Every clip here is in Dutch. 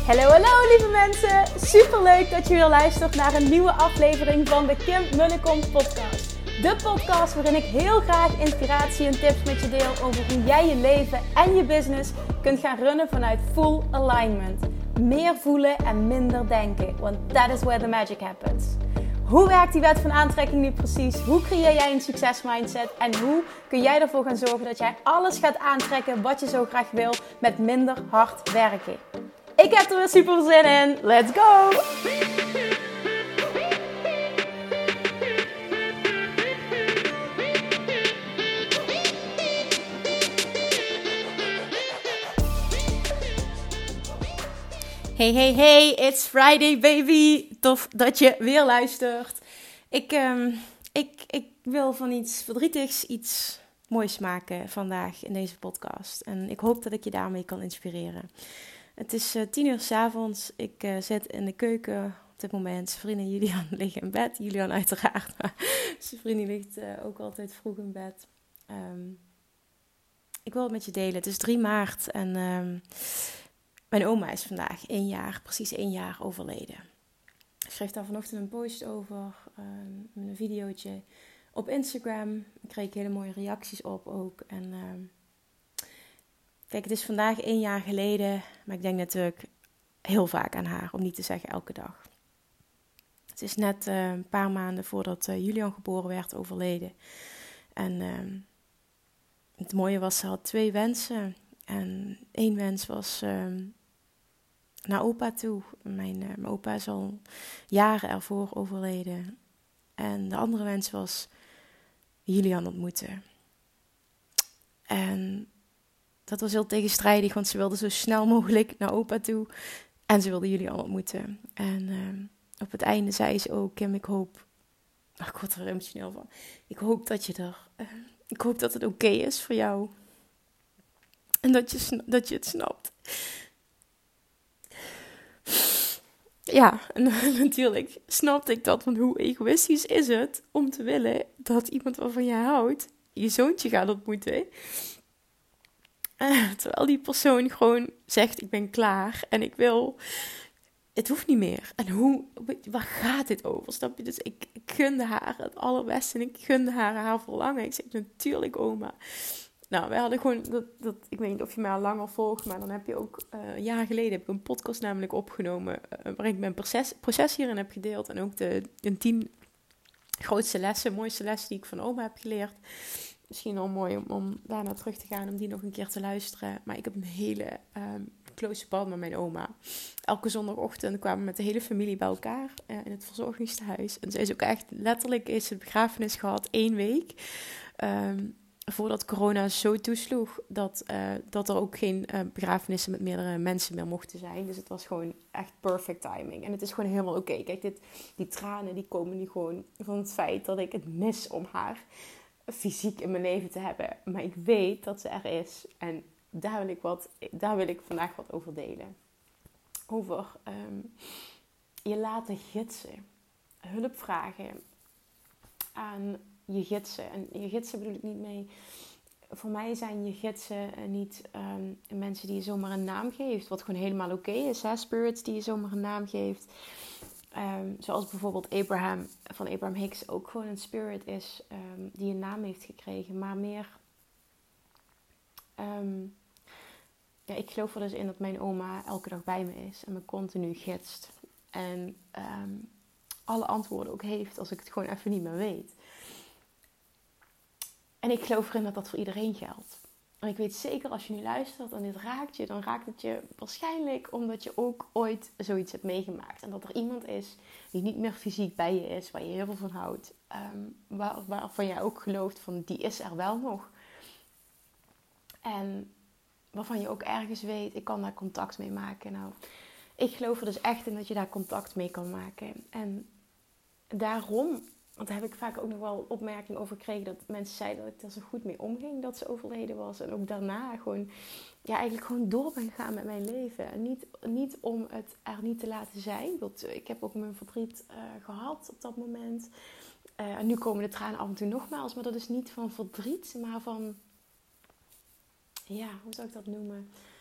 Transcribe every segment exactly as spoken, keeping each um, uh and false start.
Hallo, hallo lieve mensen! Superleuk dat je weer luistert naar een nieuwe aflevering van de Kim Munnekom podcast. De podcast waarin ik heel graag inspiratie en tips met je deel over hoe jij je leven en je business kunt gaan runnen vanuit full alignment. Meer voelen en minder denken, want that is where the magic happens. Hoe werkt die wet van aantrekking nu precies? Hoe creëer jij een succesmindset? En hoe kun jij ervoor gaan zorgen dat jij alles gaat aantrekken wat je zo graag wil met minder hard werken? Ik heb er weer super zin in. Let's go! Hey, hey, hey, it's Friday baby. Tof dat je weer luistert. Ik, um, ik, ik wil van iets verdrietigs iets moois maken vandaag in deze podcast. En ik hoop dat ik je daarmee kan inspireren. Het is uh, tien uur 's avonds. Ik uh, zit in de keuken op dit moment. Zijn vriend en Julian liggen in bed. Julian uiteraard, maar zijn vriend ligt uh, ook altijd vroeg in bed. Um, ik wil het met je delen. Het is drie maart en um, mijn oma is vandaag één jaar, precies één jaar overleden. Ik schreef daar vanochtend een post over, um, een videootje op Instagram. Ik kreeg hele mooie reacties op ook. En um, kijk, het is vandaag één jaar geleden, maar ik denk natuurlijk heel vaak aan haar, om niet te zeggen elke dag. Het is net uh, een paar maanden voordat uh, Julian geboren werd, overleden. En uh, het mooie was, ze had twee wensen. En één wens was uh, naar opa toe. Mijn, uh, mijn opa is al jaren ervoor overleden. En de andere wens was Julian ontmoeten. En dat was heel tegenstrijdig, want ze wilde zo snel mogelijk naar opa toe. En ze wilde Julian ontmoeten. En uh, op het einde zei ze ook, Kim, ik hoop... Ach, ik word er emotioneel van. Ik hoop dat je er... Uh, ik hoop dat het oké okay is voor jou. En dat je, dat je het snapt. Ja, en natuurlijk snapte ik dat. Want hoe egoïstisch is het om te willen dat iemand waarvan je houdt je zoontje gaat ontmoeten. Uh, terwijl die persoon gewoon zegt, ik ben klaar en ik wil... Het hoeft niet meer. En hoe, waar gaat dit over? Snap je? Dus ik, ik gunde haar het allerbeste en ik gunde haar haar verlangen. Ik zei, natuurlijk oma. Nou, wij hadden gewoon, dat, dat, ik weet niet of je mij al langer volgt, maar dan heb je ook, uh, een jaar geleden heb ik een podcast namelijk opgenomen, uh, waarin ik mijn proces, proces hierin heb gedeeld. En ook de, de tien grootste lessen, mooiste lessen die ik van oma heb geleerd. Misschien al mooi om, om daarna terug te gaan, om die nog een keer te luisteren. Maar ik heb een hele um, close band met mijn oma. Elke zondagochtend kwamen we met de hele familie bij elkaar uh, in het verzorgingstehuis. En zij is ook echt, letterlijk is de begrafenis gehad, één week. Um, voordat corona zo toesloeg dat, uh, dat er ook geen uh, begrafenissen met meerdere mensen meer mochten zijn. Dus het was gewoon echt perfect timing. En het is gewoon helemaal oké. Okay. Kijk, dit, die tranen die komen nu gewoon van het feit dat ik het mis om haar fysiek in mijn leven te hebben. Maar ik weet dat ze er is. En daar wil ik, wat, daar wil ik vandaag wat over delen. Over um, je laten gidsen. Hulp vragen aan je gidsen. En je gidsen bedoel ik niet mee... Voor mij zijn je gidsen niet um, mensen die je zomaar een naam geeft. Wat gewoon helemaal oké okay is. Hè? Spirits die je zomaar een naam geeft. Um, zoals bijvoorbeeld Abraham van Abraham Hicks ook gewoon een spirit is. Um, die een naam heeft gekregen. Maar meer... Um, ja, ik geloof er dus in dat mijn oma elke dag bij me is. En me continu gidst. En um, alle antwoorden ook heeft als ik het gewoon even niet meer weet. En ik geloof erin dat dat voor iedereen geldt. En ik weet zeker als je nu luistert en dit raakt je, dan raakt het je waarschijnlijk omdat je ook ooit zoiets hebt meegemaakt. En dat er iemand is die niet meer fysiek bij je is, waar je heel veel van houdt. Um, waar, waarvan jij ook gelooft van die is er wel nog. En waarvan je ook ergens weet, ik kan daar contact mee maken. Nou, ik geloof er dus echt in dat je daar contact mee kan maken. En daarom... Want daar heb ik vaak ook nog wel opmerkingen over gekregen. Dat mensen zeiden dat ik er zo goed mee omging. Dat ze overleden was. En ook daarna gewoon... Ja, eigenlijk gewoon door ben gegaan met mijn leven. En niet, niet om het er niet te laten zijn. Dat, ik heb ook mijn verdriet uh, gehad op dat moment. Uh, en nu komen de tranen af en toe nogmaals. Maar dat is niet van verdriet. Maar van... Ja, hoe zou ik dat noemen?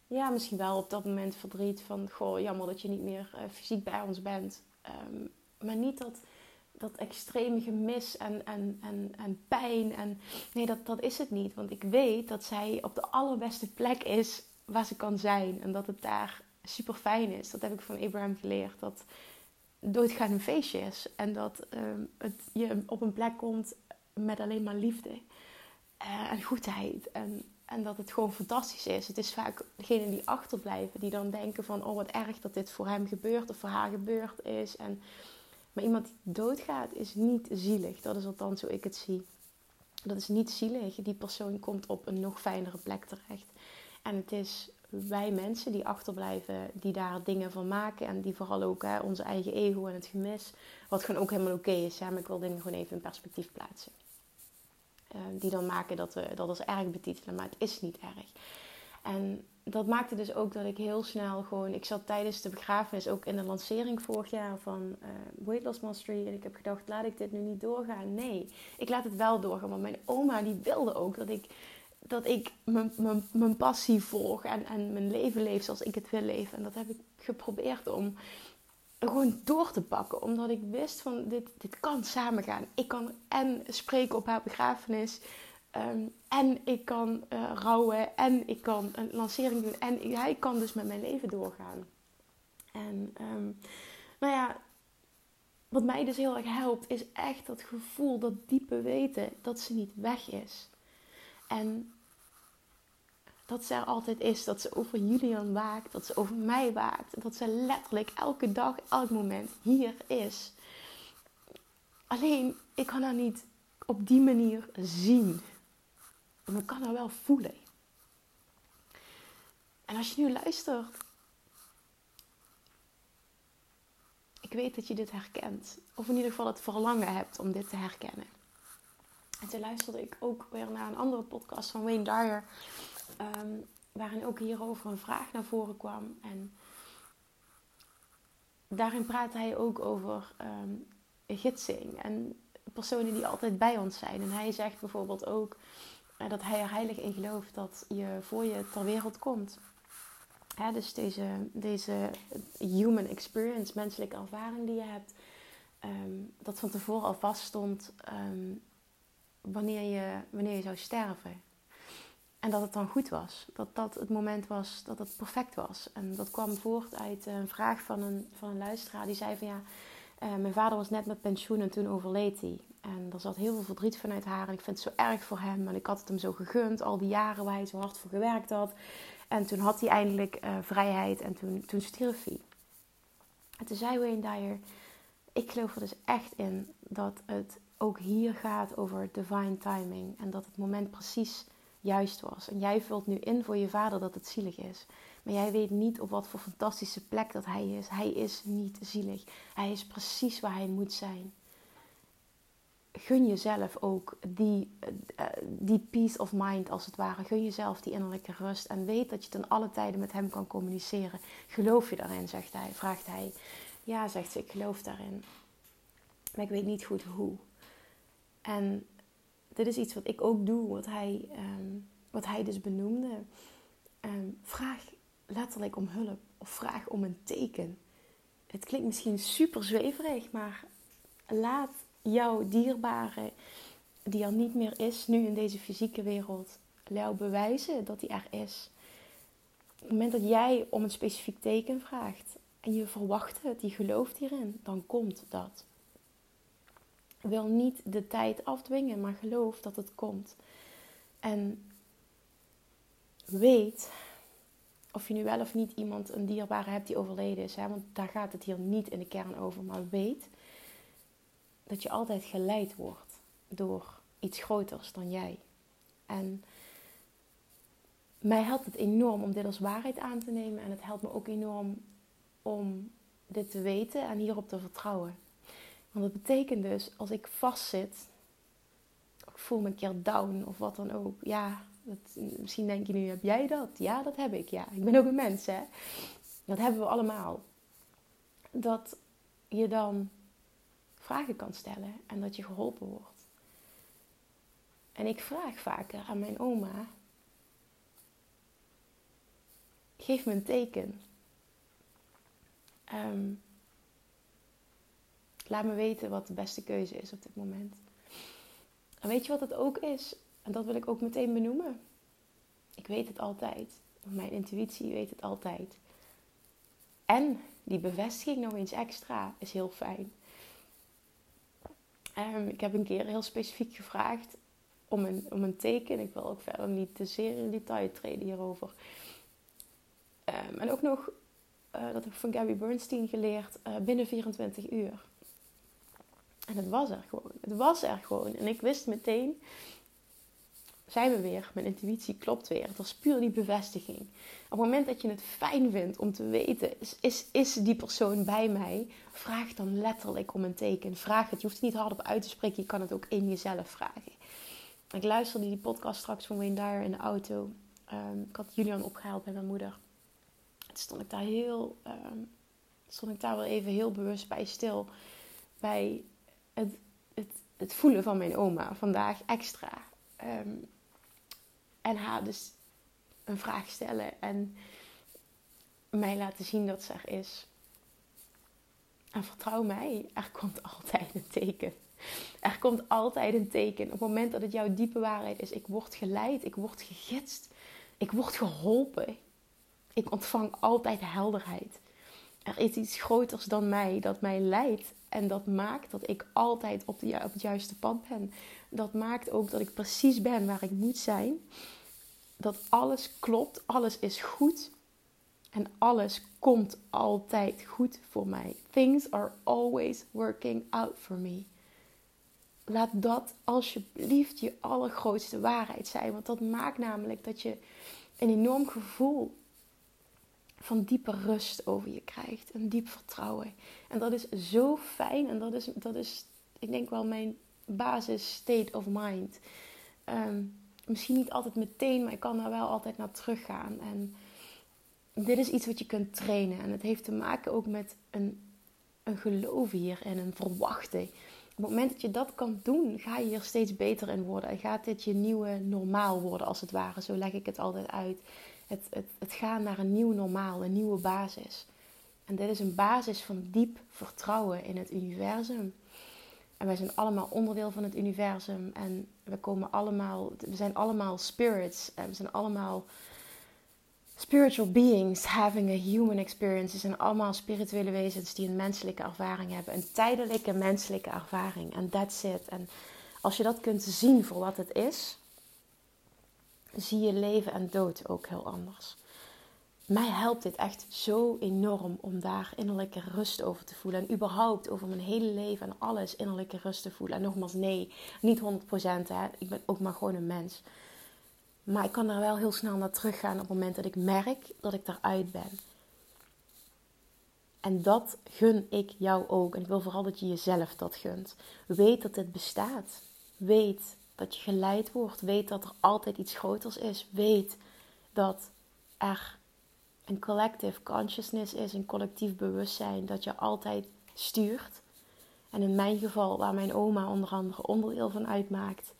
ja, misschien wel op dat moment verdriet van, goh, jammer dat je niet meer uh, fysiek bij ons bent. Um, maar niet dat, dat extreme gemis en, en, en, en pijn. En, nee, dat, dat is het niet. Want ik weet dat zij op de allerbeste plek is waar ze kan zijn. En dat het daar super fijn is. Dat heb ik van Abraham geleerd. Dat doodgaan een feestje is. En dat um, het, je op een plek komt met alleen maar liefde. Uh, en goedheid. En, en dat het gewoon fantastisch is. Het is vaak degenen die achterblijven. Die dan denken van, oh wat erg dat dit voor hem gebeurt. Of voor haar gebeurd is. En, maar iemand die doodgaat is niet zielig. Dat is althans hoe ik het zie. Dat is niet zielig. Die persoon komt op een nog fijnere plek terecht. En het is wij mensen die achterblijven, die daar dingen van maken. En die vooral ook hè, onze eigen ego en het gemis. Wat gewoon ook helemaal oké is. Hè? Maar ik wil dingen gewoon even in perspectief plaatsen. Uh, die dan maken dat we dat als erg betitelen. Maar het is niet erg. En dat maakte dus ook dat ik heel snel gewoon... Ik zat tijdens de begrafenis ook in de lancering vorig jaar van uh, Weight Loss Mastery. En ik heb gedacht, laat ik dit nu niet doorgaan? Nee, ik laat het wel doorgaan. Want mijn oma die wilde ook dat ik, dat ik mijn, mijn, mijn passie volg. En, en mijn leven leef zoals ik het wil leven. En dat heb ik geprobeerd om gewoon door te pakken. Omdat ik wist van dit, dit kan samengaan. Ik kan en spreken op haar begrafenis... Um, en ik kan uh, rouwen en ik kan een lancering doen en ja, ik kan dus met mijn leven doorgaan. En um, nou ja, wat mij dus heel erg helpt is echt dat gevoel, dat diepe weten dat ze niet weg is. En dat ze er altijd is, dat ze over Julian waakt, dat ze over mij waakt. Dat ze letterlijk elke dag, elk moment hier is. Alleen, ik kan haar niet op die manier zien. Maar ik kan haar wel voelen. En als je nu luistert. Ik weet dat je dit herkent. Of in ieder geval het verlangen hebt om dit te herkennen. En toen luisterde ik ook weer naar een andere podcast van Wayne Dyer. Um, waarin ook hierover een vraag naar voren kwam. En daarin praatte hij ook over um, gidsing. En personen die altijd bij ons zijn. En hij zegt bijvoorbeeld ook... dat hij er heilig in gelooft dat je voor je ter wereld komt. Hè, dus deze, deze human experience, menselijke ervaring die je hebt. Um, dat van tevoren al vaststond um, wanneer, je, wanneer je zou sterven. En dat het dan goed was. Dat dat het moment was dat het perfect was. En dat kwam voort uit een vraag van een, van een luisteraar. Die zei van ja, uh, mijn vader was net met pensioen en toen overleed hij. En er zat heel veel verdriet vanuit haar. En ik vind het zo erg voor hem. En ik had het hem zo gegund. Al die jaren waar hij zo hard voor gewerkt had. En toen had hij eindelijk uh, vrijheid. En toen, toen stierf hij. En toen zei Wayne Dyer... Ik geloof er dus echt in dat het ook hier gaat over divine timing. En dat het moment precies juist was. En jij vult nu in voor je vader dat het zielig is. Maar jij weet niet op wat voor fantastische plek dat hij is. Hij is niet zielig. Hij is precies waar hij moet zijn. Gun jezelf ook die, uh, die peace of mind als het ware. Gun jezelf die innerlijke rust. En weet dat je ten alle tijden met hem kan communiceren. Geloof je daarin, zegt hij, vraagt hij. Ja, zegt ze, ik geloof daarin. Maar ik weet niet goed hoe. En dit is iets wat ik ook doe. Wat hij, um, wat hij dus benoemde. Um, vraag letterlijk om hulp. Of vraag om een teken. Het klinkt misschien super zweverig. Maar laat jouw dierbare, die er niet meer is, nu in deze fysieke wereld, jou bewijzen dat die er is. Op het moment dat jij om een specifiek teken vraagt en je verwacht het, je gelooft hierin, dan komt dat. Wil niet de tijd afdwingen, maar geloof dat het komt. En weet, of je nu wel of niet iemand, een dierbare hebt die overleden is, hè, want daar gaat het hier niet in de kern over, maar weet dat je altijd geleid wordt door iets groters dan jij. En mij helpt het enorm om dit als waarheid aan te nemen. En het helpt me ook enorm om dit te weten en hierop te vertrouwen. Want dat betekent dus, als ik vastzit, ik voel me een keer down of wat dan ook. Ja, dat, misschien denk je nu, heb jij dat? Ja, dat heb ik. Ja, ik ben ook een mens, hè. Dat hebben we allemaal. Dat je dan vragen kan stellen en dat je geholpen wordt. En ik vraag vaker aan mijn oma, geef me een teken. Um, laat me weten wat de beste keuze is op dit moment. En weet je wat het ook is? En dat wil ik ook meteen benoemen. Ik weet het altijd. Mijn intuïtie weet het altijd. En die bevestiging nog eens extra is heel fijn. Um, ik heb een keer heel specifiek gevraagd om een, om een teken. Ik wil ook verder niet te zeer in detail treden hierover. Um, en ook nog, uh, dat heb ik van Gabby Bernstein geleerd, uh, binnen vierentwintig uur. En het was er gewoon. Het was er gewoon. En ik wist meteen, zijn we weer, mijn intuïtie klopt weer. Het was puur die bevestiging. Op het moment dat je het fijn vindt om te weten, is, is, is die persoon bij mij? Vraag dan letterlijk om een teken. Vraag het. Je hoeft het niet hardop uit te spreken. Je kan het ook in jezelf vragen. Ik luisterde die podcast straks van Wayne Dyer in de auto. Um, ik had Julian opgehaald bij mijn moeder. Toen stond ik daar heel, um, stond ik daar wel even heel bewust bij stil. Bij het, het, het voelen van mijn oma. Vandaag extra. Um, en haar dus een vraag stellen. En mij laten zien dat ze er is. En vertrouw mij, er komt altijd een teken. Er komt altijd een teken. Op het moment dat het jouw diepe waarheid is. Ik word geleid, ik word gegidst. Ik word geholpen. Ik ontvang altijd helderheid. Er is iets groters dan mij dat mij leidt. En dat maakt dat ik altijd op, de, op het juiste pad ben. Dat maakt ook dat ik precies ben waar ik moet zijn. Dat alles klopt, alles is goed. En alles komt altijd goed voor mij. Things are always working out for me. Laat dat alsjeblieft je allergrootste waarheid zijn. Want dat maakt namelijk dat je een enorm gevoel van diepe rust over je krijgt. Een diep vertrouwen. En dat is zo fijn. En dat is, dat is ik denk wel mijn basis state of mind. Um, misschien niet altijd meteen, maar ik kan daar wel altijd naar teruggaan. En dit is iets wat je kunt trainen. En het heeft te maken ook met een, een geloof hier en een verwachten. Op het moment dat je dat kan doen, ga je hier steeds beter in worden. En gaat dit je nieuwe normaal worden, als het ware. Zo leg ik het altijd uit. Het, het, het gaan naar een nieuw normaal, een nieuwe basis. En dit is een basis van diep vertrouwen in het universum. En wij zijn allemaal onderdeel van het universum. En we komen allemaal, we zijn allemaal spirits. En we zijn allemaal spiritual beings having a human experience. We zijn allemaal spirituele wezens die een menselijke ervaring hebben. Een tijdelijke menselijke ervaring. En that's it. En als je dat kunt zien voor wat het is, zie je leven en dood ook heel anders. Mij helpt dit echt zo enorm om daar innerlijke rust over te voelen. En überhaupt over mijn hele leven en alles innerlijke rust te voelen. En nogmaals, nee, niet honderd procent. Hè. Ik ben ook maar gewoon een mens. Maar ik kan er wel heel snel naar teruggaan op het moment dat ik merk dat ik eruit ben. En dat gun ik jou ook. En ik wil vooral dat je jezelf dat gunt. Weet dat dit bestaat. Weet dat je geleid wordt. Weet dat er altijd iets groters is. Weet dat er een collective consciousness is. Een collectief bewustzijn dat je altijd stuurt. En in mijn geval, waar mijn oma onder andere onderdeel van uitmaakt.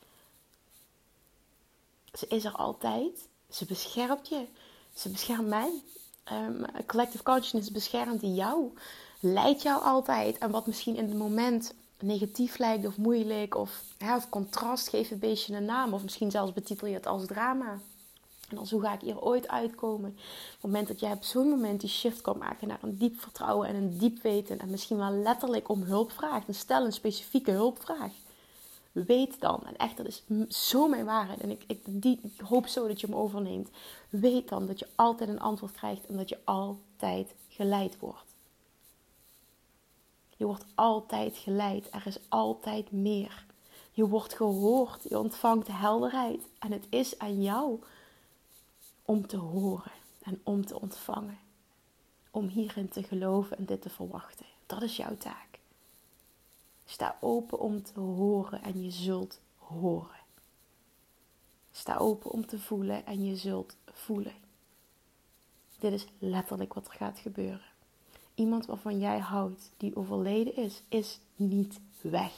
Ze is er altijd. Ze beschermt je. Ze beschermt mij. Um, collective consciousness beschermt jou. Leidt jou altijd. En wat misschien in het moment negatief lijkt of moeilijk. Of, ja, of contrast, geef een beetje een naam. Of misschien zelfs betitel je het als drama. En als hoe ga ik hier ooit uitkomen? Op het moment dat jij op zo'n moment die shift kan maken naar een diep vertrouwen en een diep weten. En misschien wel letterlijk om hulp vraagt. En stel een specifieke hulpvraag. Weet dan, en echt, dat is zo mijn waarheid. En ik, ik, die, ik hoop zo dat je hem overneemt. Weet dan dat je altijd een antwoord krijgt en dat je altijd geleid wordt. Je wordt altijd geleid. Er is altijd meer. Je wordt gehoord. Je ontvangt helderheid. En het is aan jou om te horen en om te ontvangen. Om hierin te geloven en dit te verwachten. Dat is jouw taak. Sta open om te horen en je zult horen. Sta open om te voelen en je zult voelen. Dit is letterlijk wat er gaat gebeuren. Iemand waarvan jij houdt, die overleden is, is niet weg.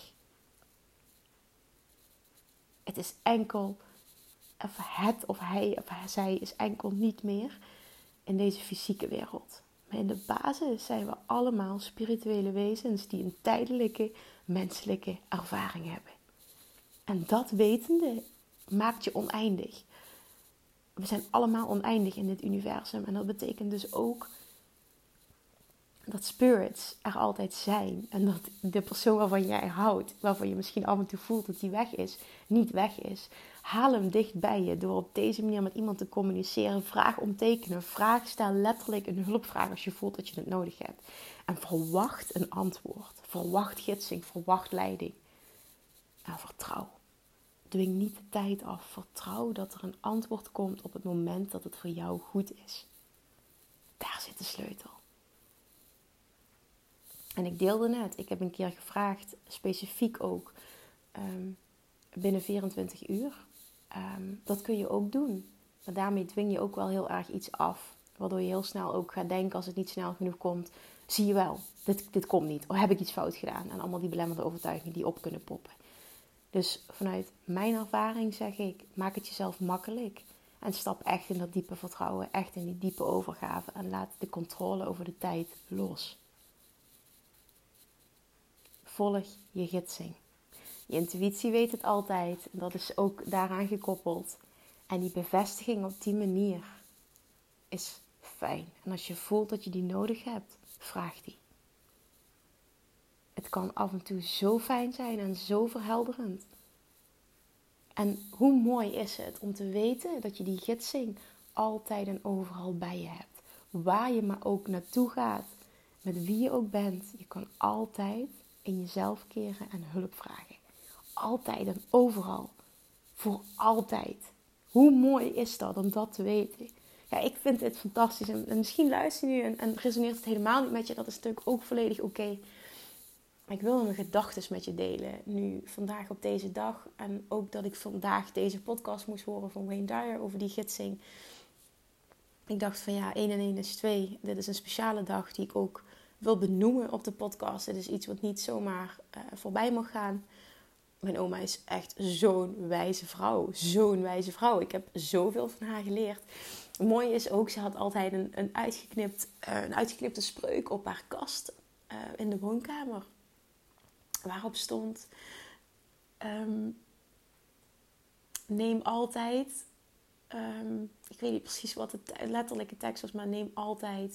Het is enkel, of het of hij of zij is enkel niet meer. in deze fysieke wereld. Maar in de basis zijn we allemaal spirituele wezens die een tijdelijke menselijke ervaring hebben. En dat wetende maakt je oneindig. We zijn allemaal oneindig in dit universum. En dat betekent dus ook dat spirits er altijd zijn. En dat de persoon waarvan jij houdt, waarvan je misschien af en toe voelt dat die weg is, niet weg is. Haal hem dicht bij je door op deze manier met iemand te communiceren. Vraag om tekenen. Vraag, stel letterlijk een hulpvraag als je voelt dat je het nodig hebt. En verwacht een antwoord. Verwacht gidsing. Verwacht leiding. En vertrouw. Dwing niet de tijd af. Vertrouw dat er een antwoord komt op het moment dat het voor jou goed is. Daar zit de sleutel. En ik deelde net, ik heb een keer gevraagd, specifiek ook, um, binnen vierentwintig uur. Um, dat kun je ook doen. Maar daarmee dwing je ook wel heel erg iets af. Waardoor je heel snel ook gaat denken, als het niet snel genoeg komt, zie je wel, dit, dit komt niet. Of heb ik iets fout gedaan? En allemaal die belemmerende overtuigingen die op kunnen poppen. Dus vanuit mijn ervaring zeg ik, maak het jezelf makkelijk. En stap echt in dat diepe vertrouwen, echt in die diepe overgave. En laat de controle over de tijd los. Volg je gidsing. Je intuïtie weet het altijd. En dat is ook daaraan gekoppeld. En die bevestiging op die manier is fijn. En als je voelt dat je die nodig hebt, vraag die. Het kan af en toe zo fijn zijn en zo verhelderend. En hoe mooi is het om te weten dat je die gidsing altijd en overal bij je hebt. Waar je maar ook naartoe gaat, met wie je ook bent, je kan altijd in jezelf keren en hulp vragen. Altijd en overal. Voor altijd. Hoe mooi is dat om dat te weten? Ja, ik vind dit fantastisch. En, en misschien luister je nu en, en resoneert het helemaal niet met je. Dat is natuurlijk ook volledig oké. Okay. Ik wil mijn gedachten met je delen. Nu, vandaag op deze dag. En ook dat ik vandaag deze podcast moest horen van Wayne Dyer over die gidsing. Ik dacht van ja, één en één is twee. Dit is een speciale dag die ik ook wil benoemen op de podcast. Het is iets wat niet zomaar uh, voorbij mag gaan. Mijn oma is echt zo'n wijze vrouw. Zo'n wijze vrouw. Ik heb zoveel van haar geleerd. Het mooie is ook, ze had altijd een, een, uitgeknipt, uh, een uitgeknipte spreuk op haar kast uh, in de woonkamer. Waarop stond, um, neem altijd, um, ik weet niet precies wat de te- letterlijke tekst was, maar neem altijd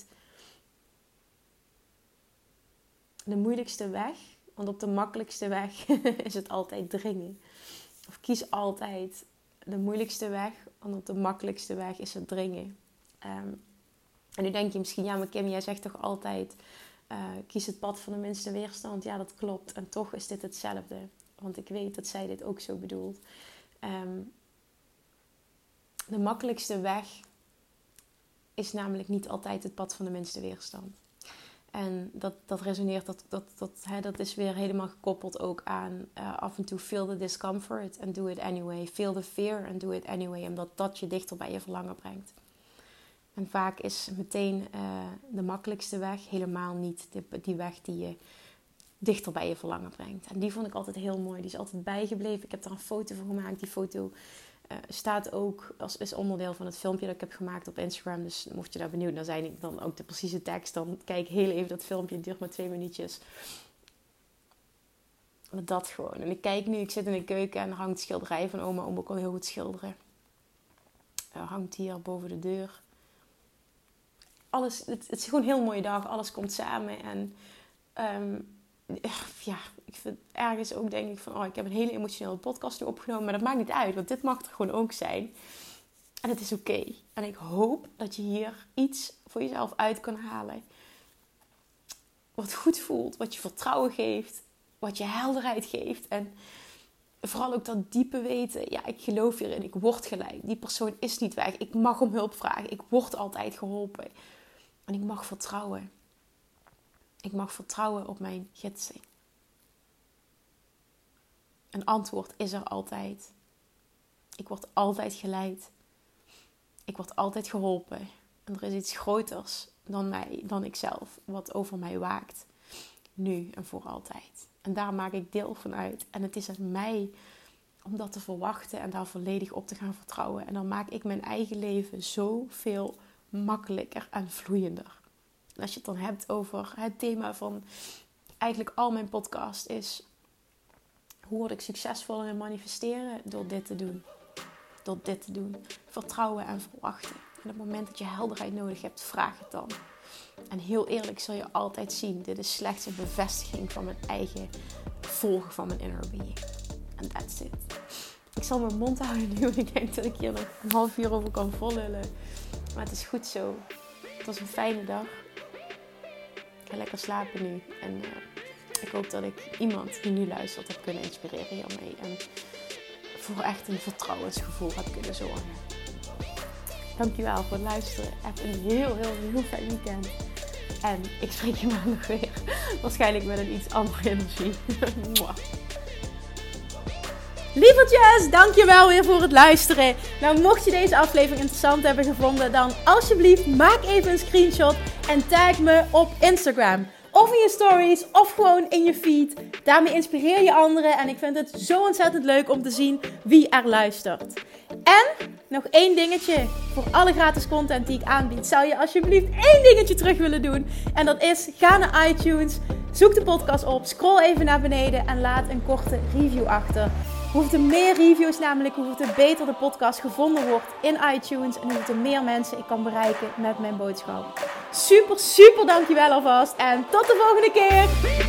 de moeilijkste weg. Want op de makkelijkste weg is het altijd dringen. Of kies altijd de moeilijkste weg. Want op de makkelijkste weg is het dringen. Um, en nu denk je misschien, ja maar Kim, jij zegt toch altijd, uh, kies het pad van de minste weerstand. Ja, dat klopt. En toch is dit hetzelfde. Want ik weet dat zij dit ook zo bedoelt. Um, de makkelijkste weg is namelijk niet altijd het pad van de minste weerstand. En dat, dat resoneert, dat, dat, dat, hè, dat is weer helemaal gekoppeld ook aan uh, af en toe feel the discomfort and do it anyway. Feel the fear and do it anyway. Omdat dat je dichter bij je verlangen brengt. En vaak is meteen uh, de makkelijkste weg helemaal niet die, die weg die je dichter bij je verlangen brengt. En die vond ik altijd heel mooi. Die is altijd bijgebleven. Ik heb daar een foto van gemaakt. Die foto uh, staat ook als is onderdeel van het filmpje dat ik heb gemaakt op Instagram. Dus mocht je daar benieuwd naar zijn, dan ook de precieze tekst. Dan kijk heel even dat filmpje. Het duurt maar twee minuutjes. Maar dat gewoon. En ik kijk nu, ik zit in de keuken en er hangt schilderij van oma. Oma kon heel goed schilderen. Uh, hangt hier boven de deur. Alles, het, het is gewoon een heel mooie dag. Alles komt samen. En um, ja, ik vind ergens ook denk ik van, oh, ik heb een hele emotionele podcast nu opgenomen. Maar dat maakt niet uit, want dit mag er gewoon ook zijn. En het is oké. Okay. En ik hoop dat je hier iets voor jezelf uit kan halen. Wat goed voelt, wat je vertrouwen geeft, wat je helderheid geeft. En vooral ook dat diepe weten, ja, ik geloof hierin, ik word geleid. Die persoon is niet weg. Ik mag om hulp vragen. Ik word altijd geholpen. En ik mag vertrouwen. Ik mag vertrouwen op mijn gidsing. Een antwoord is er altijd. Ik word altijd geleid. Ik word altijd geholpen. En er is iets groters dan mij, dan ikzelf, wat over mij waakt. Nu en voor altijd. En daar maak ik deel van uit. En het is aan mij om dat te verwachten en daar volledig op te gaan vertrouwen. En dan maak ik mijn eigen leven zoveel makkelijker en vloeiender. En als je het dan hebt over het thema van eigenlijk al mijn podcast is: hoe word ik succesvol in het manifesteren? Door dit te doen. Door dit te doen. Vertrouwen en verwachten. En op het moment dat je helderheid nodig hebt, vraag het dan. En heel eerlijk zul je altijd zien, dit is slechts een bevestiging van mijn eigen volgen van mijn inner being. En that's it. Ik zal mijn mond houden nu, want ik denk dat ik hier nog een half uur over kan vollullen. Maar het is goed zo. Het was een fijne dag. Ik ga lekker slapen nu. En uh, ik hoop dat ik iemand die nu luistert heb kunnen inspireren hiermee. En voor echt een vertrouwensgevoel heb kunnen zorgen. Dankjewel voor het luisteren. Heb een heel, heel, heel fijn weekend. En ik spreek je maandag weer. Waarschijnlijk met een iets andere energie. Lievertjes, dankjewel weer voor het luisteren. Nou, mocht je deze aflevering interessant hebben gevonden, dan alsjeblieft maak even een screenshot en tag me op Instagram. Of in je stories, of gewoon in je feed. Daarmee inspireer je anderen en ik vind het zo ontzettend leuk om te zien wie er luistert. En nog één dingetje. Voor alle gratis content die ik aanbied, zou je alsjeblieft één dingetje terug willen doen. En dat is, ga naar iTunes, zoek de podcast op, scroll even naar beneden en laat een korte review achter. Hoeveel meer reviews namelijk, hoeveel beter de podcast gevonden wordt in iTunes. En hoeveel meer mensen ik kan bereiken met mijn boodschap. Super, super dankjewel alvast. En tot de volgende keer.